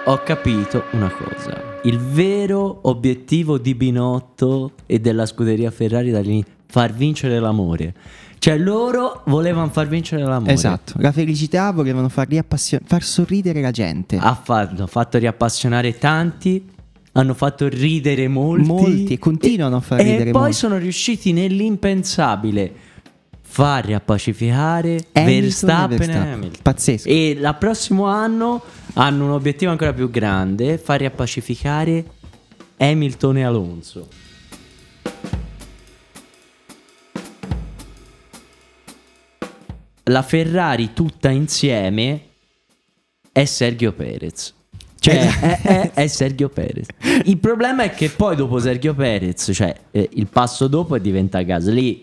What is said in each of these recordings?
ho capito una cosa. Il vero obiettivo di Binotto e della scuderia Ferrari dall'inizio, far vincere l'amore. Cioè loro volevano far vincere l'amore. Esatto, la felicità, volevano far sorridere la gente. Hanno fatto riappassionare tanti, hanno fatto ridere molti E continuano a far ridere e poi molti. sono riusciti nell'impensabile, far riappacificare Hamilton Verstappen e e Hamilton. Pazzesco. E il prossimo anno hanno un obiettivo ancora più grande: far riappacificare Hamilton e Alonso. La Ferrari tutta insieme è Sergio Perez. Cioè è Sergio Perez. Il problema è che poi dopo Sergio Perez, cioè il passo dopo diventa Gasly.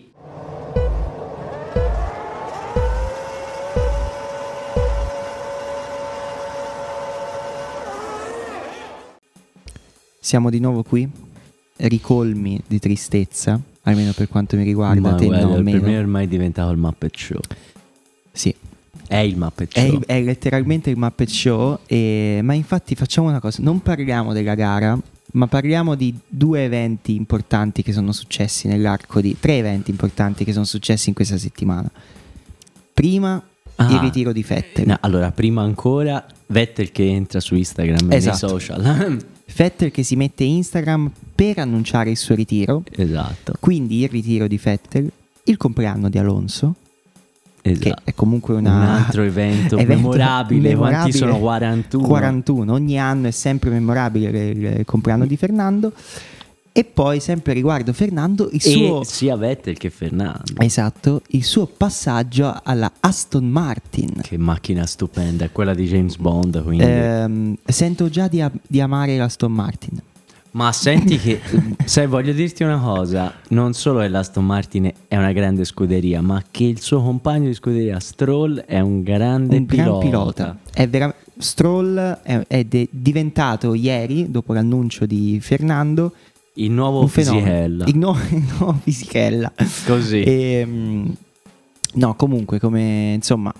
Siamo di nuovo qui, ricolmi di tristezza, almeno per quanto mi riguarda. Ma te guarda, no, per meno. me è ormai diventato il Muppet Show. Sì, È il Muppet Show. è letteralmente il Muppet Show. Ma infatti facciamo una cosa, non parliamo della gara, ma parliamo di due eventi importanti che sono successi nell'arco di 3 eventi importanti che sono successi in questa settimana. Prima il ritiro di Vettel. No, allora, prima ancora Vettel che entra su Instagram e Esatto. nei social. Vettel che si mette Instagram per annunciare il suo ritiro. Esatto. Quindi il ritiro di Vettel, il compleanno di Alonso, Esatto. che è comunque un altro evento memorabile. Quanti sono? 41. 41, ogni anno è sempre memorabile il compleanno di Fernando. E poi sempre riguardo Fernando il suo, E sia Vettel che Fernando. esatto, il suo passaggio alla Aston Martin. Che macchina stupenda, è quella di James Bond, quindi. Sento già di amare l'Aston Martin. Ma senti che, sai, voglio dirti una cosa, non solo che l'Aston Martin è una grande scuderia, ma che il suo compagno di scuderia Stroll è un grande Gran pilota. Stroll è diventato ieri, dopo l'annuncio di Fernando, il nuovo un fenomeno. Fisichella. Il nuovo Fisichella. Così. No, comunque, come insomma,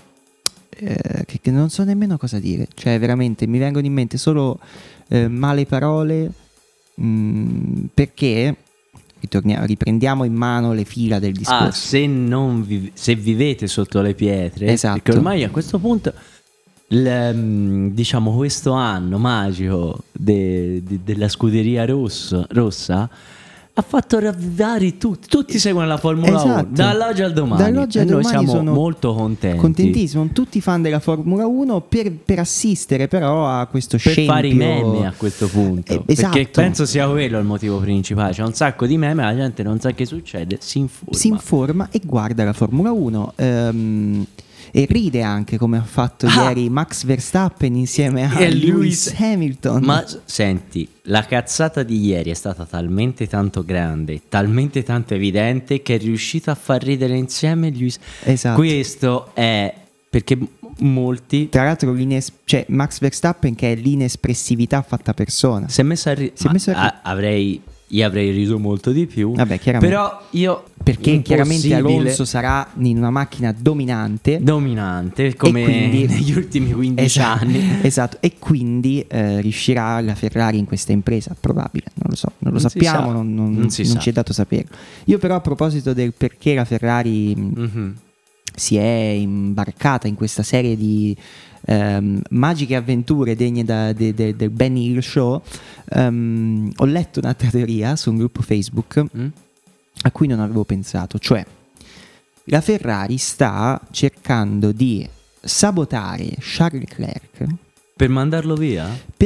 che non so nemmeno cosa dire. Cioè, veramente mi vengono in mente solo male parole. Perché riprendiamo in mano le fila del discorso. Se vivete sotto le pietre, Esatto. perché ormai a questo punto diciamo questo anno magico della scuderia rossa ha fatto ravvivare tutti seguono la Formula 1 dall'oggi al domani. Dall'oggi al noi domani siamo sono molto contenti. Contentissimo, tutti fan della Formula 1 per assistere però a questo per scempio. fare i meme a questo punto, esatto. perché penso sia quello il motivo principale. C'è un sacco di meme, la gente non sa che succede, si informa e guarda la Formula 1 e ride anche, come ha fatto ieri Max Verstappen insieme a Lewis Hamilton. Ma senti, la cazzata di ieri è stata talmente tanto grande, talmente tanto evidente, che è riuscito a far ridere insieme Lewis. Esatto. Questo è perché molti, tra l'altro, cioè Max Verstappen, che è l'inespressività fatta persona, si è messo a ridere. Io avrei riso molto di più. Vabbè, chiaramente. Però io, perché chiaramente Alonso sarà in una macchina dominante come quindi, negli ultimi 15 anni. Esatto. E quindi riuscirà la Ferrari in questa impresa? Probabile, non lo sappiamo, non ci è dato sapere. Io però, a proposito del perché la Ferrari si è imbarcata in questa serie di magiche avventure degne del Benny Hill Show, ho letto un'altra teoria su un gruppo Facebook a cui non avevo pensato, cioè la Ferrari sta cercando di sabotare Charles Leclerc per mandarlo via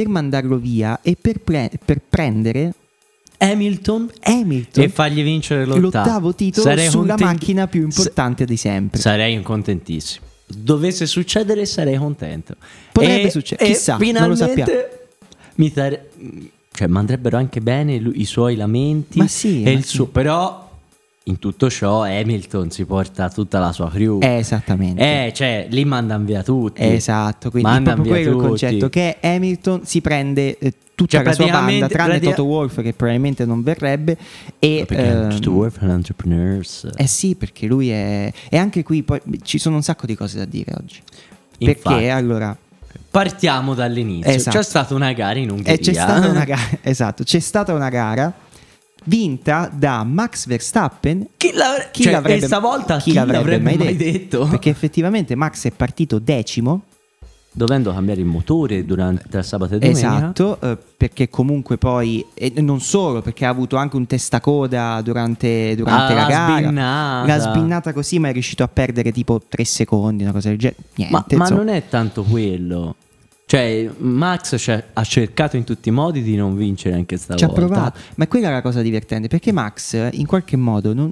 e per prendere Hamilton e fargli vincere l'ottavo titolo sulla macchina più importante di sempre. Sarei contentissimo. Dovesse succedere, sarei contento. Potrebbe succedere, chissà, non lo sappiamo. Cioè, mandrebbero anche bene i suoi lamenti. Ma sì, e il suo, però in tutto ciò Hamilton si porta tutta la sua crew. Esattamente. Cioè, lì mandano via tutti. Esatto, quindi è proprio quello il concetto, che Hamilton si prende tutta la sua banda, tranne Toto Wolff, che probabilmente non verrebbe. Perché Toto Wolff è un entrepreneurs. Sì, perché lui è... E anche qui poi ci sono un sacco di cose da dire oggi. Infatti. Perché allora partiamo dall'inizio. Esatto. C'è stata una gara in Ungheria. C'è stata una gara, esatto, c'è stata una gara vinta da Max Verstappen. Chi l'avrebbe mai detto? Perché effettivamente Max è partito 10º, dovendo cambiare il motore durante sabato e domenica. Esatto, perché comunque poi, e non solo, perché ha avuto anche un testacoda durante la gara. L'ha sbinnata così, ma è riuscito a perdere tipo 3 secondi, una cosa del genere. Niente, ma non è tanto quello. Cioè, Max ha cercato in tutti i modi di non vincere anche stavolta. Ci ha provato, ma quella è la cosa divertente, perché Max in qualche modo non...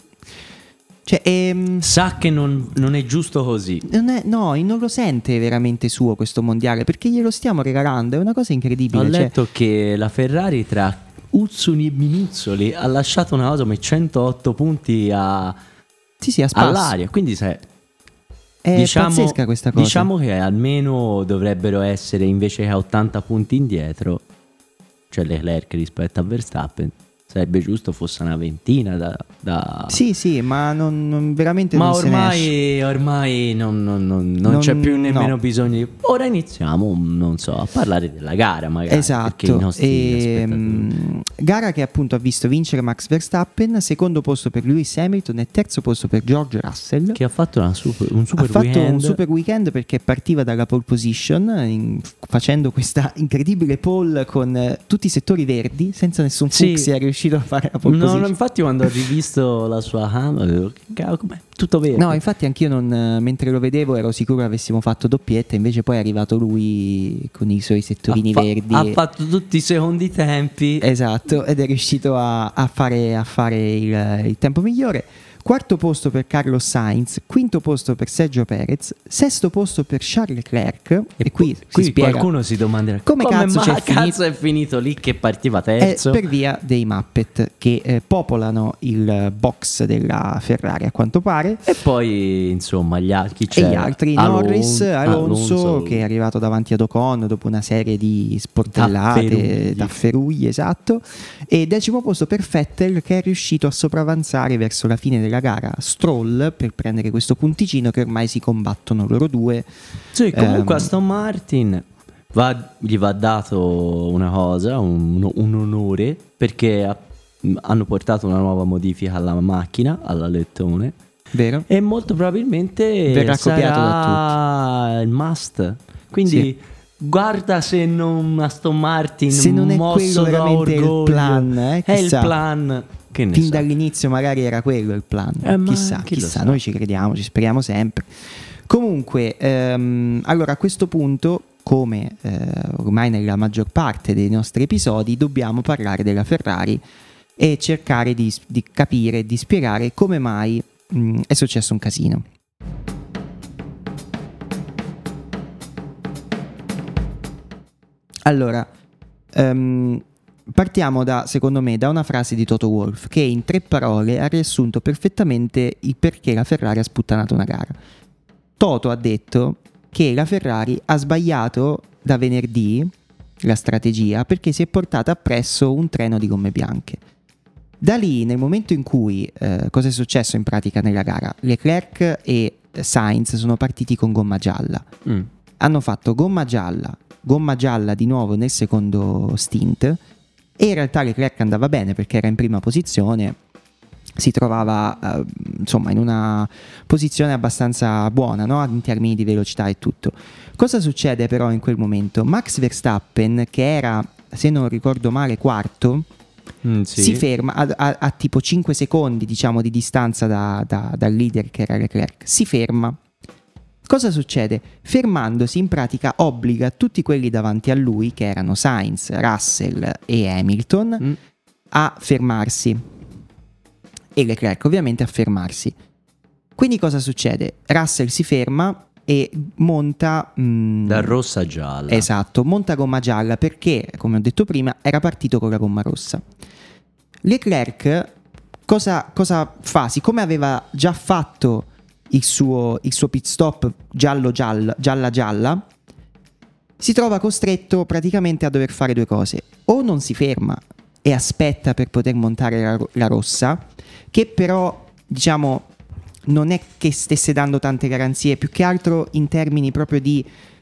sa che non è giusto così. Non lo sente veramente suo questo mondiale, perché glielo stiamo regalando, è una cosa incredibile. Ho letto che la Ferrari tra uzzuni e minuzzoli ha lasciato una cosa come 108 punti a all'aria, quindi è pazzesca questa cosa. Diciamo che almeno dovrebbero essere, invece che a 80 punti indietro, cioè Leclerc rispetto a Verstappen, sarebbe giusto fosse una ventina da... Sì, ma non veramente ma non ormai non c'è più nemmeno bisogno di... Ora iniziamo, non so, a parlare della gara magari. Esatto. Gara che appunto ha visto vincere Max Verstappen, secondo posto per Lewis Hamilton e terzo posto per George Russell, che ha fatto un super weekend perché partiva dalla pole position facendo questa incredibile pole con tutti i settori verdi, senza nessun fucsia, è riuscito a fare la pole position. No, infatti quando ho rivisto la sua Hammer, ho detto, com'è? Tutto verde. No, infatti anch'io mentre lo vedevo ero sicuro che avessimo fatto doppietta, invece poi è arrivato lui con i suoi settorini verdi. Ha fatto tutti i secondi tempi. Esatto, ed è riuscito a fare il tempo migliore. Quarto posto per Carlos Sainz, quinto posto per Sergio Perez, sesto posto per Charles Leclerc. E qui si spiega, qualcuno si domanderà come cazzo è finito lì che partiva terzo. Per via dei Muppet che popolano il box della Ferrari, a quanto pare. E poi insomma gli altri Alonso che è arrivato davanti ad Ocon dopo una serie di sportellate, tafferugli, esatto. E decimo posto per Vettel, che è riuscito a sopravanzare verso la fine della gara Stroll per prendere questo punticino, che ormai si combattono loro due. Sì, comunque Aston Martin gli va dato una cosa, un onore, perché hanno portato una nuova modifica alla macchina, all'alettone. Vero? E molto probabilmente verrà copiato da tutti. Il must. Quindi guarda se non Aston Martin, se non è quello veramente il plan, è il plan. Che ne fin so. Dall'inizio magari era quello il plan. Chissà, noi ci crediamo, ci speriamo sempre. Comunque, allora a questo punto, come ormai nella maggior parte dei nostri episodi, dobbiamo parlare della Ferrari e cercare di capire, di spiegare come mai è successo un casino. Allora, partiamo secondo me da una frase di Toto Wolff, che in 3 parole ha riassunto perfettamente il perché la Ferrari ha sputtanato una gara. Toto ha detto che la Ferrari ha sbagliato da venerdì la strategia perché si è portata appresso un treno di gomme bianche. Da lì, nel momento in cui cosa è successo in pratica nella gara? Leclerc e Sainz sono partiti con gomma gialla. Hanno fatto gomma gialla di nuovo nel secondo stint, e in realtà Leclerc andava bene perché era in prima posizione, si trovava insomma in una posizione abbastanza buona, no? In termini di velocità e tutto. Cosa succede però in quel momento? Max Verstappen, che era, se non ricordo male, quarto, si ferma a tipo 5 secondi, diciamo, di distanza dal leader che era Leclerc. Si ferma. Cosa succede? Fermandosi, in pratica obbliga tutti quelli davanti a lui, che erano Sainz, Russell e Hamilton, a fermarsi, e Leclerc ovviamente a fermarsi. Quindi cosa succede? Russell si ferma e monta da rossa a gialla. Esatto, monta gomma gialla perché, come ho detto prima, era partito con la gomma rossa. Leclerc cosa fa? Siccome aveva già fatto il suo pit stop gialla, si trova costretto praticamente a dover fare 2 cose: o non si ferma e aspetta per poter montare la rossa, che però, diciamo, non è che stesse dando tante garanzie, più che altro in termini proprio di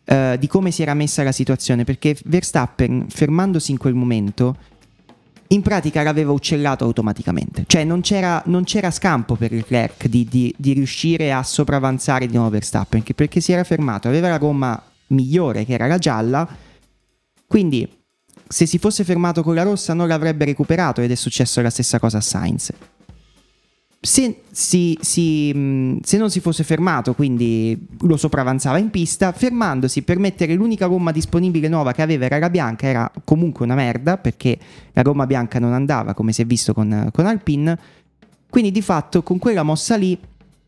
di come si era messa la situazione, perché Verstappen, fermandosi in quel momento, in pratica l'aveva uccellato automaticamente, cioè non c'era scampo per Leclerc di riuscire a sopravanzare di nuovo Verstappen, perché si era fermato, aveva la gomma migliore che era la gialla, quindi se si fosse fermato con la rossa non l'avrebbe recuperato, ed è successo la stessa cosa a Sainz. Se non si fosse fermato, quindi lo sopravanzava in pista, fermandosi per mettere l'unica gomma disponibile nuova che aveva era la bianca, era comunque una merda perché la gomma bianca non andava, come si è visto con Alpine, quindi di fatto con quella mossa lì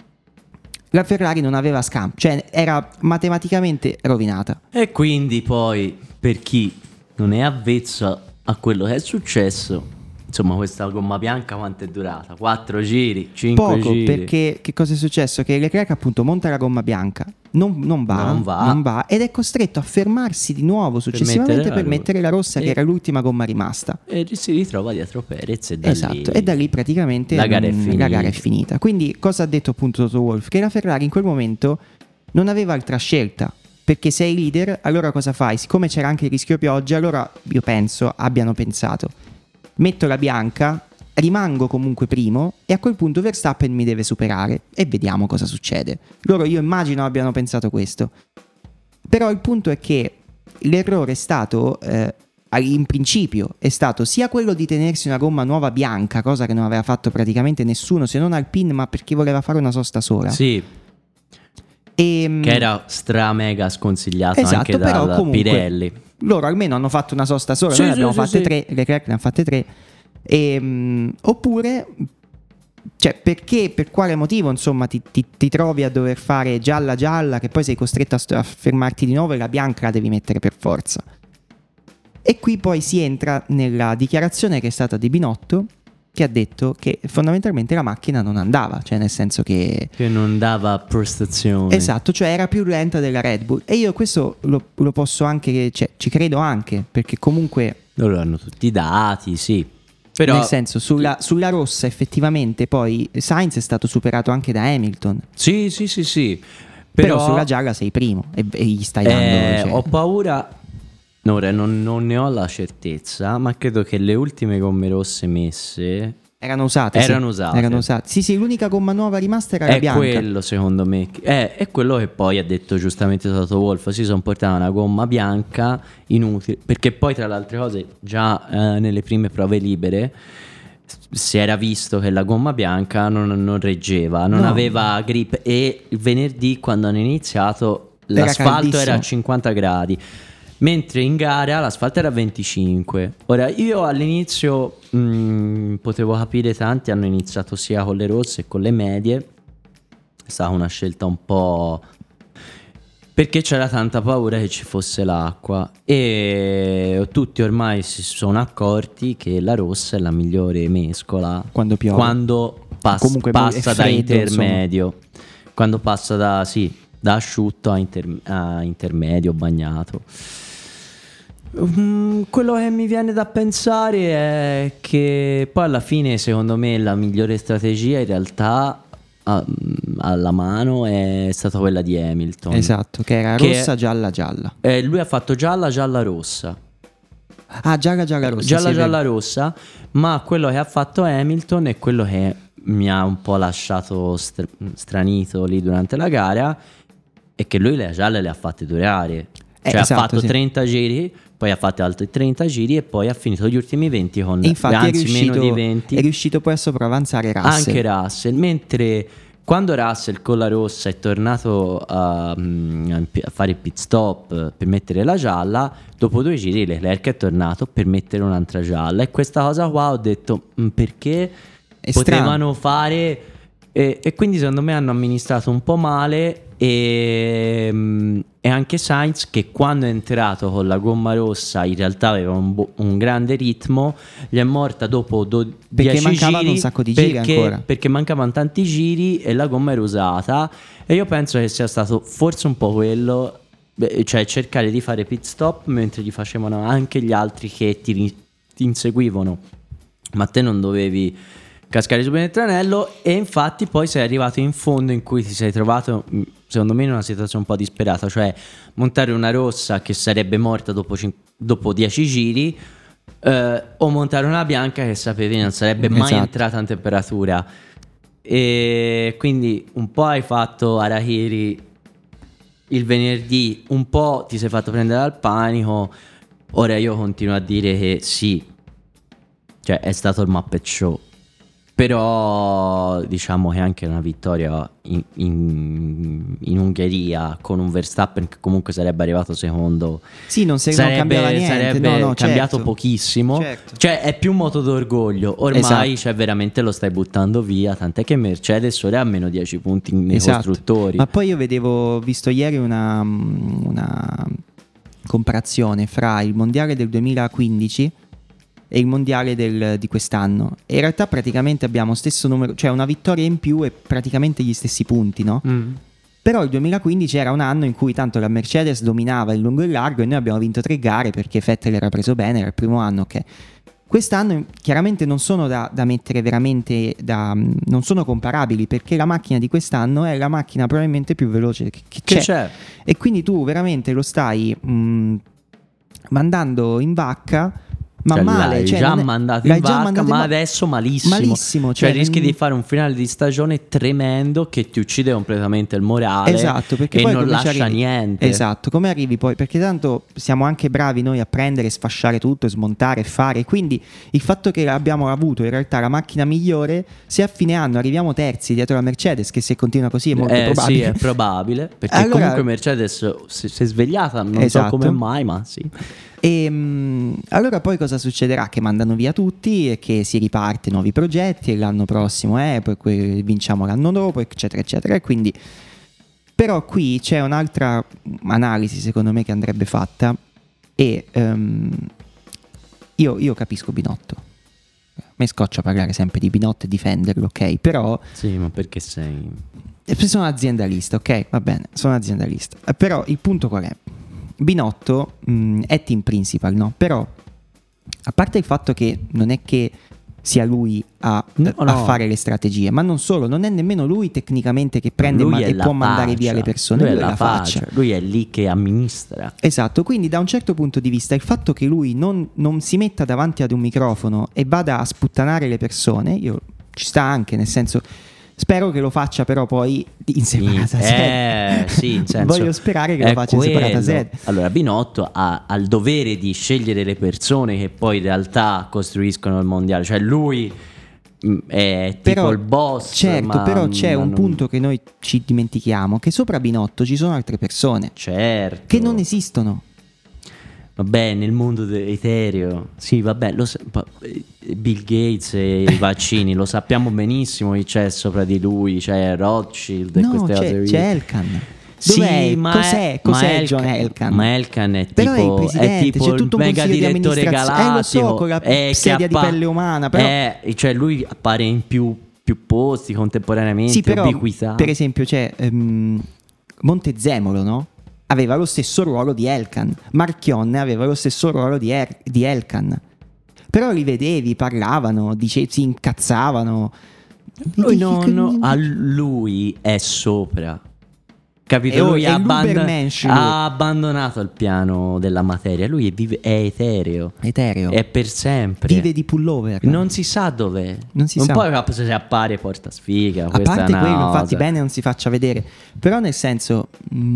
la Ferrari non aveva scampo, cioè era matematicamente rovinata. E quindi poi, per chi non è avvezzo a quello che è successo, insomma, questa gomma bianca quanto è durata? 4 giri, 5 giri? Poco, perché che cosa è successo? Che Leclerc appunto monta la gomma bianca, non va ed è costretto a fermarsi di nuovo successivamente per mettere la rossa, che era l'ultima gomma rimasta. E si ritrova dietro Perez e da lì praticamente la gara è finita. Quindi cosa ha detto appunto Toto Wolff? Che la Ferrari in quel momento non aveva altra scelta, perché sei leader, allora cosa fai? Siccome c'era anche il rischio pioggia, allora io penso abbiano pensato: metto la bianca, rimango comunque primo e a quel punto Verstappen mi deve superare e vediamo cosa succede. Loro, io immagino, abbiano pensato questo. Però il punto è che l'errore è stato, in principio, è stato sia quello di tenersi una gomma nuova bianca, cosa che non aveva fatto praticamente nessuno se non Alpine, ma perché voleva fare una sosta sola. Sì. Che era stra mega sconsigliato, esatto, anche da comunque, Pirelli. Loro almeno hanno fatto una sosta sola, noi ne abbiamo fatte 3, Leclerc ne ha fatte 3. Oppure, cioè, perché, per quale motivo, insomma, ti trovi a dover fare gialla, che poi sei costretto a fermarti di nuovo e la bianca la devi mettere per forza. E qui poi si entra nella dichiarazione che è stata di Binotto, che ha detto che fondamentalmente la macchina non andava, cioè nel senso che non dava prestazioni. Esatto, cioè era più lenta della Red Bull. E io questo lo posso anche, cioè ci credo anche, perché comunque loro hanno tutti i dati, sì. Però nel senso, sulla rossa effettivamente poi Sainz è stato superato anche da Hamilton. Sì. Però sulla gialla sei primo e gli stai dando, cioè. Ho paura. Ora non ne ho la certezza, ma credo che le ultime gomme rosse messe erano usate. Sì, l'unica gomma nuova rimasta era la bianca. È quello, secondo me. È quello che poi ha detto giustamente Toto Wolff. Si sono portati una gomma bianca inutile, perché poi, tra le altre cose, già nelle prime prove libere si era visto che la gomma bianca non reggeva, non aveva grip, e il venerdì, quando hanno iniziato, l'asfalto era a 50 gradi. Mentre in gara l'asfalto era a 25. Ora, io all'inizio potevo capire, tanti hanno iniziato sia con le rosse che con le medie. È stata una scelta un po', perché c'era tanta paura che ci fosse l'acqua, e tutti ormai si sono accorti che la rossa è la migliore mescola quando piove, quando passa da intermedio, insomma. Quando passa da asciutto a intermedio bagnato. Quello che mi viene da pensare è che poi alla fine, secondo me, la migliore strategia in realtà alla mano è stata quella di Hamilton. Esatto, che era rossa, gialla. Lui ha fatto gialla, rossa. Gialla, rossa. Gialla, rossa. Ma quello che ha fatto Hamilton è quello che mi ha un po' lasciato stranito lì durante la gara, è che lui le gialle le ha fatte durare. Cioè esatto, ha fatto 30 giri, poi ha fatto altri 30 giri e poi ha finito gli ultimi 20 con meno di 20. È riuscito poi a sopravanzare Russell. Anche Russell, mentre quando Russell con la rossa è tornato a fare il pit stop per mettere la gialla, dopo 2 giri Leclerc è tornato per mettere un'altra gialla, e questa cosa qua ho detto perché potevano fare, e quindi secondo me hanno amministrato un po' male. E anche Sainz, che quando è entrato con la gomma rossa in realtà aveva un grande ritmo, gli è morta dopo 10 giri, perché mancavano un sacco di giri ancora, perché mancavano tanti giri e la gomma era usata. E io penso che sia stato forse un po' quello, cioè cercare di fare pit stop mentre gli facevano anche gli altri che ti inseguivano, ma te non dovevi cascare su per il tranello. E infatti poi sei arrivato in fondo, in cui ti sei trovato, secondo me, in una situazione un po' disperata, cioè montare una rossa che sarebbe morta dopo 10 giri, o montare una bianca che sapevi non sarebbe mai entrata in temperatura. E quindi un po' hai fatto Harakiri il venerdì, un po' ti sei fatto prendere dal panico. Ora io continuo a dire che sì, cioè è stato il Muppet Show, però diciamo che anche una vittoria in Ungheria con un Verstappen che comunque sarebbe arrivato secondo, sì, non cambiava niente, sarebbe cambiato pochissimo, cioè è più moto d'orgoglio ormai, cioè veramente lo stai buttando via, tant'è che Mercedes ora è a meno 10 punti nei costruttori. Ma poi io ho visto ieri una comparazione fra il mondiale del 2015 e il mondiale di quest'anno, e in realtà praticamente abbiamo stesso numero, cioè una vittoria in più e praticamente gli stessi punti, no? Però il 2015 era un anno in cui tanto la Mercedes dominava in lungo e largo e noi abbiamo vinto 3 gare perché Vettel era preso bene, era il primo anno, ok. Quest'anno chiaramente non sono da mettere veramente non sono comparabili, perché la macchina di quest'anno è la macchina probabilmente più veloce che c'è. E quindi tu veramente lo stai mandando in vacca. Ma cioè, male, l'hai già mandato in vacca, ma adesso malissimo. Cioè rischi di fare un finale di stagione tremendo che ti uccide completamente il morale. Esatto, perché e poi non lascia niente. Esatto, come arrivi poi? Perché tanto siamo anche bravi noi a prendere, sfasciare tutto e smontare e fare. Quindi il fatto che abbiamo avuto in realtà la macchina migliore, se a fine anno arriviamo terzi dietro la Mercedes, che se continua così è molto probabile. Sì, è probabile, perché allora, comunque Mercedes si è svegliata, non so come mai, ma sì. E allora poi cosa succederà? Che mandano via tutti e che si riparte nuovi progetti, e l'anno prossimo poi vinciamo l'anno dopo, eccetera eccetera. E quindi però qui c'è un'altra analisi secondo me che andrebbe fatta, e io capisco Binotto, mi scoccia parlare sempre di Binotto e difenderlo, ok? Però sì, ma perché sei? Sono aziendalista, ok? Va bene, sono aziendalista, però il punto qual è? Binotto è team principal, no? Però a parte il fatto che non è che sia lui a fare le strategie, ma non solo, non è nemmeno lui tecnicamente che prende e può mandare via le persone, lui è la faccia. Lui è lì che amministra. Esatto, quindi da un certo punto di vista il fatto che lui non si metta davanti ad un microfono e vada a sputtanare le persone, ci sta anche, nel senso, spero che lo faccia però poi in separata sede. Sì, in senso, voglio sperare che lo faccia in separata sede. Allora Binotto ha il dovere di scegliere le persone che poi in realtà costruiscono il mondiale, cioè lui è tipo il boss. Certo, però c'è un punto che noi ci dimentichiamo, che sopra Binotto ci sono altre persone, certo, che non esistono. Vabbè, nel mondo etereo, sì, vabbè, Bill Gates e i vaccini, lo sappiamo benissimo chi c'è sopra di lui, c'è Rothschild e queste cose. C'è Elkan. Sì, cos'è John Elkan? Ma Elkan è però tipo, è il presidente, c'è tutto un mega direttore galattico. Lo so, con la sedia di pelle umana, però cioè lui appare in più posti contemporaneamente, sì, però, ubiquità. Per esempio c'è Montezemolo, no? Aveva lo stesso ruolo di Elkan. Marchionne aveva lo stesso ruolo di Elkan. Però li vedevi, parlavano, si incazzavano. A lui è sopra. Capito? Lui ha abbandonato il piano della materia. Lui è etereo. È per sempre. Vive di pullover. Non si sa dov'è. Non sa. Poi se appare porta sfiga. A parte quello, infatti bene non si faccia vedere. Però nel senso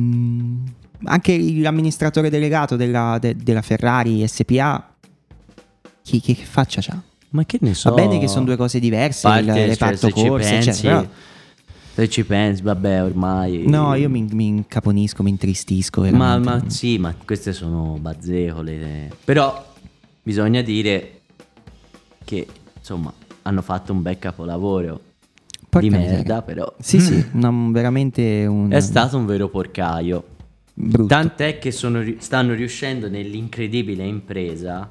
anche l'amministratore delegato della Ferrari SPA che faccia c'ha? Ma che ne so. Va bene che sono due cose diverse, il reparto corse, eccetera. Se ci pensi, vabbè, ormai. No, io mi incaponisco, mi intristisco. Ma sì, ma queste sono bazzecole. Però bisogna dire che insomma hanno fatto un bel capolavoro. Porca di merda, però. Sì, veramente è stato un vero porcaio. Brutto. Tant'è che stanno riuscendo nell'incredibile impresa.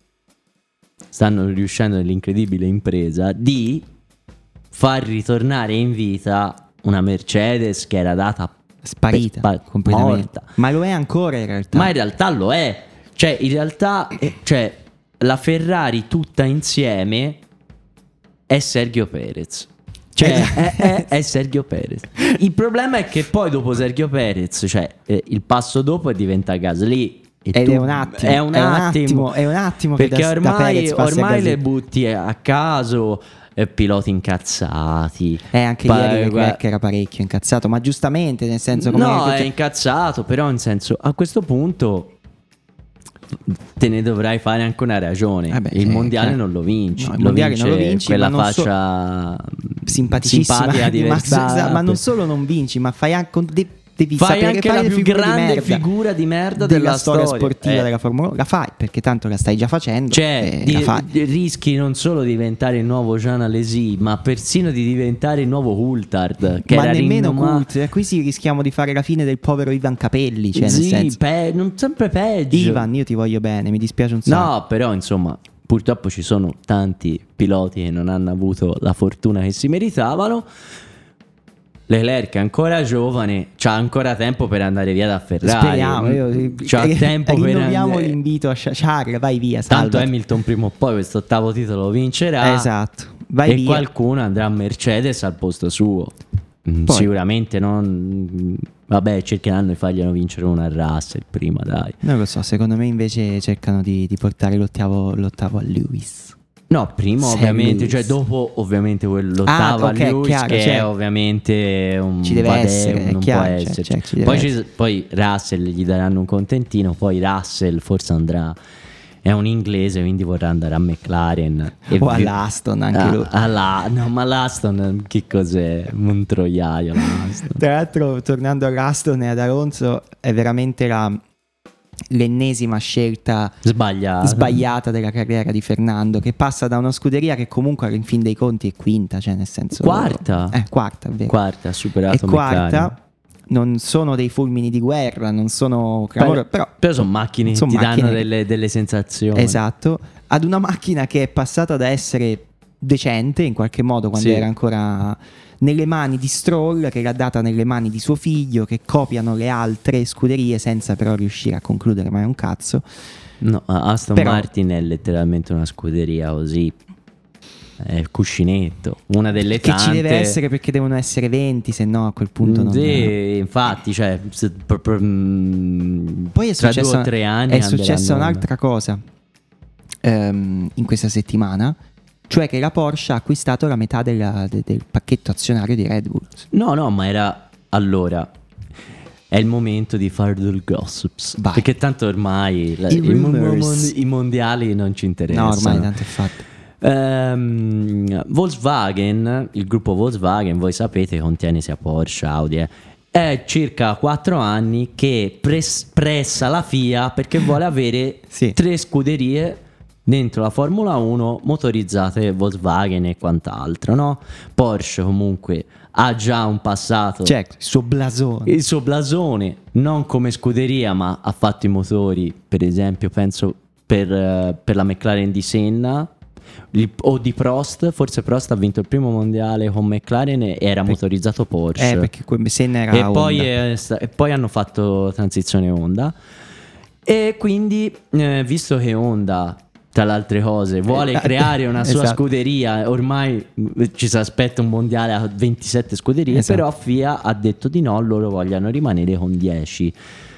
Di far ritornare in vita una Mercedes che era data sparita completamente, morta. Ma lo è ancora in realtà. Ma in realtà lo è. Cioè in realtà la Ferrari tutta insieme è Sergio Perez. Cioè, è Sergio Perez. Il problema è che poi dopo Sergio Perez, cioè il passo dopo è diventa Gasly. Ed è un attimo perché che ormai le butti a caso. Piloti incazzati. Anche ieri Leclerc era parecchio incazzato, ma giustamente, nel senso come no, è incazzato, però in senso a questo punto te ne dovrai fare anche una ragione. Il mondiale non lo vinci. No, il mondiale non lo vinci, quella faccia simpaticissima di ma non solo non vinci, ma fai anche fai anche la più grande figura di merda della storia sportiva della Formula 1. La fai perché tanto la stai già facendo. Cioè, rischi non solo di diventare il nuovo Jean Alesi, ma persino di diventare il nuovo Coulthard. Ma nemmeno Coulthard. Qui rischiamo di fare la fine del povero Ivan Capelli. Cioè, sì, nel senso, non sempre peggio. Ivan, io ti voglio bene, mi dispiace un sacco. No, però insomma, purtroppo ci sono tanti piloti che non hanno avuto la fortuna che si meritavano. Leclerc è ancora giovane, c'ha ancora tempo per andare via da Ferrari. Speriamo, c'ha tempo per rinnoviamo l'invito a Charles, vai via, salvati. Tanto Hamilton prima o poi questo ottavo titolo lo vincerà. Esatto, vai via. E qualcuno andrà a Mercedes al posto suo. Poi. Sicuramente non. Vabbè, cercheranno di farglielo vincere una Russell prima, dai. Non lo so, secondo me invece cercano di portare l'ottavo a Lewis. No, prima ovviamente, cioè dopo ovviamente quell'ottava a Lewis chiaro, che è ovviamente un ci deve essere, non chiaro, può essere. Poi Russell gli daranno un contentino, poi Russell forse andrà, è un inglese, quindi vorrà andare a McLaren o all'Aston anche lui. No, ma l'Aston che cos'è? Un troiaio l'Aston. Tra l'altro, tornando all'Aston e ad Alonso, è veramente l'ennesima scelta sbagliata della carriera di Fernando, che passa da una scuderia che comunque in fin dei conti è quinta, cioè nel senso quarta, è vero. Quarta, ha superato quarta. Non sono dei fulmini di guerra, non sono però sono macchine che ti danno delle sensazioni. Esatto, ad una macchina che è passata da essere decente in qualche modo quando era ancora nelle mani di Stroll, che l'ha data nelle mani di suo figlio, che copiano le altre scuderie senza però riuscire a concludere mai un cazzo. No, Aston Martin è letteralmente una scuderia così, è il cuscinetto, una delle tante che ci deve essere, perché devono essere 20, se no a quel punto non. Sì, infatti, cioè poi è successo, tra 2 o 3 anni è successa un'altra cosa in questa settimana, cioè che la Porsche ha acquistato la metà del pacchetto azionario di Red Bull. No, ma era allora. È il momento di fare del gossips. Vai. Perché tanto ormai i mondiali non ci interessano. No, ormai tanto è fatto. Volkswagen, il gruppo Volkswagen, voi sapete, contiene sia Porsche, Audi. È circa 4 anni che pressa la FIA perché vuole avere 3 scuderie dentro la Formula 1 motorizzate Volkswagen e quant'altro, no? Porsche comunque ha già un passato, certo, il suo blasone, non come scuderia, ma ha fatto i motori, per esempio penso per la McLaren di Senna o di Prost. Forse Prost ha vinto il primo mondiale con McLaren e era motorizzato Porsche, perché Senna era e poi hanno fatto transizione Honda, e quindi visto che Honda, tra le altre cose, vuole creare una sua scuderia, ormai ci si aspetta un mondiale a 27 scuderie, però FIA ha detto di no, loro vogliono rimanere con 10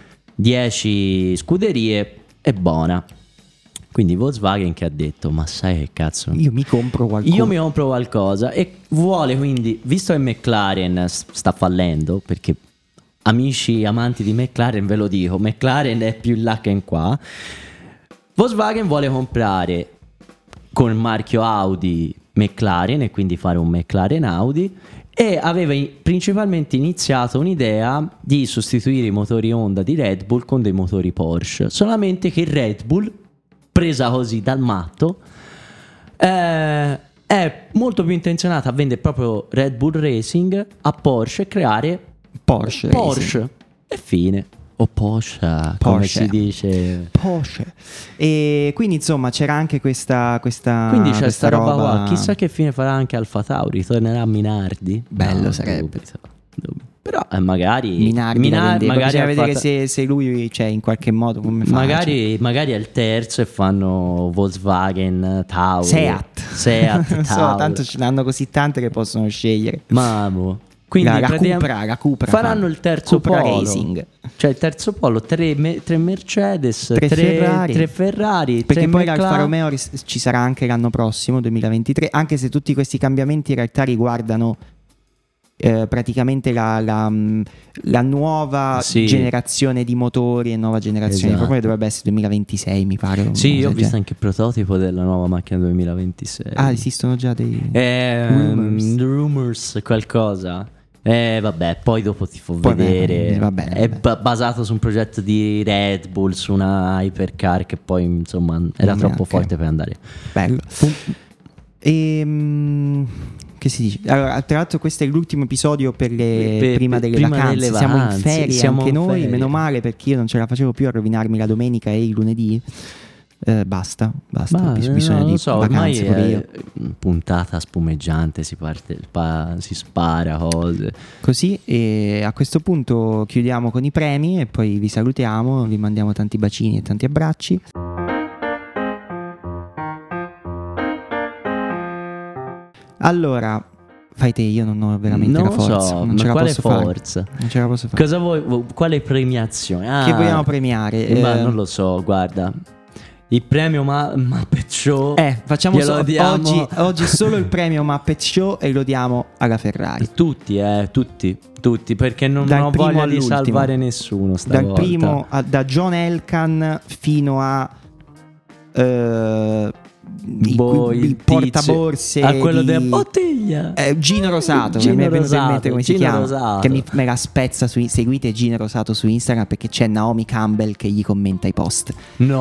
scuderie e buona. Quindi Volkswagen che ha detto: ma sai che cazzo, io mi compro qualcosa, e vuole, quindi, visto che McLaren sta fallendo, perché amici amanti di McLaren ve lo dico, McLaren è più in là che in qua, Volkswagen vuole comprare con il marchio Audi McLaren e quindi fare un McLaren Audi, e aveva principalmente iniziato un'idea di sostituire i motori Honda di Red Bull con dei motori Porsche, solamente che Red Bull, presa così dal matto, è molto più intenzionata a vendere proprio Red Bull Racing a Porsche e creare Porsche e fine. O Porsche, come si dice, Porsche. E quindi insomma c'era anche questa quindi c'è questa roba qua. Chissà che fine farà anche Alfa Tauri, tornerà a Minardi. Bello sarebbe. Però Però magari Minardi magari bisogna vedere se lui, cioè, in qualche modo come fa, magari è il terzo e fanno Volkswagen, Tauro, Seat so, tanto ce n'hanno così tante che possono scegliere. Quindi la Cupra faranno il terzo Cupra polo Racing. Cioè il terzo polo, tre Mercedes, 3 Ferrari. 3 Ferrari, perché 3 poi McLaren. l'Alfa Romeo ci sarà anche l'anno prossimo, 2023, anche se tutti questi cambiamenti in realtà riguardano praticamente la nuova generazione di motori e nuova generazione di motori, dovrebbe essere 2026 mi pare. Sì, io ho visto anche il prototipo della nuova macchina 2026. Esistono già dei rumors qualcosa. Vabbè, poi dopo ti fa vedere. È basato su un progetto di Red Bull, su una hypercar che poi insomma era troppo forte per andare. Bello. Che si dice? Allora, tra l'altro questo è l'ultimo episodio per prima delle vacanze. Siamo in ferie anche noi, meno male, perché io non ce la facevo più a rovinarmi la domenica e il lunedì. Basta, bisogno di vacanze pure io. Puntata spumeggiante, si parte, si spara cose. Così, e a questo punto chiudiamo con i premi e poi vi salutiamo, vi mandiamo tanti bacini e tanti abbracci. Allora, fai te, io non ho veramente la forza. Non ce la posso fare. Non ce la posso fare. Cosa vuoi? Quale premiazione? Che vogliamo premiare? Ma non lo so, guarda. Il premio Muppet Show. Facciamo oggi solo il premio Muppet Show e lo diamo alla Ferrari. Tutti, perché non ho voglia di salvare nessuno stavolta. Dal primo, da John Elkann fino a il portaborse a quello della bottiglia, Gino Rosato, Gino mi è venuto Rosato, in mente come Gino si chiama, Rosato. che me la spezza seguite Gino Rosato su Instagram perché c'è Naomi Campbell che gli commenta i post.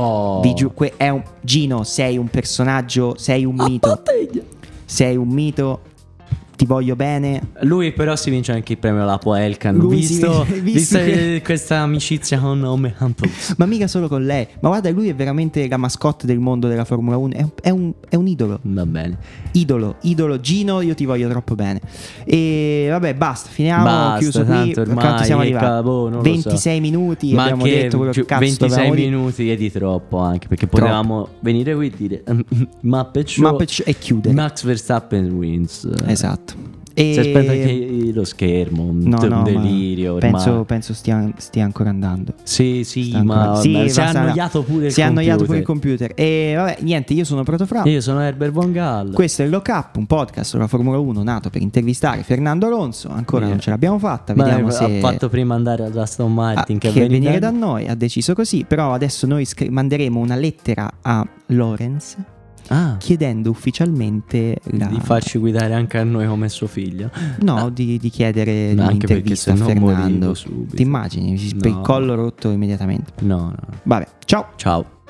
Gino, sei un personaggio, sei un mito, sei un mito, ti voglio bene. Lui però si vince anche il premio Lapo Elkann, visto questa amicizia con Naomi Campbell. Ma mica solo con lei. Ma guarda, lui è veramente la mascotte del mondo della Formula 1. È un idolo. Va bene. Idolo Gino, io ti voglio troppo bene. E vabbè, basta, finiamo. Chiuso qui. Quanto siamo arrivati? 26 minuti. Ma abbiamo che detto quello che cazzo 26 minuti è di troppo, anche perché potevamo venire qui e dire Muppet Show e chiudere. Max Verstappen wins. Esatto. Si aspetta che lo schermo, un delirio. Penso stia ancora andando. Sì, si è annoiato pure il computer. E vabbè, niente, io sono Protofrau. Io sono Herbert Von Gall. Questo è Lock Up, un podcast sulla Formula 1 nato per intervistare Fernando Alonso. Ancora non ce l'abbiamo fatta. Vediamo se ha fatto prima andare ad Aston Martin che venire da noi. Ha deciso così. Però adesso noi manderemo una lettera a Lorenz chiedendo ufficialmente di farci guidare anche a noi come suo figlio. No, di chiedere un'intervista a Fernando. Ti immagini? Per il collo rotto immediatamente. No. Vabbè, ciao.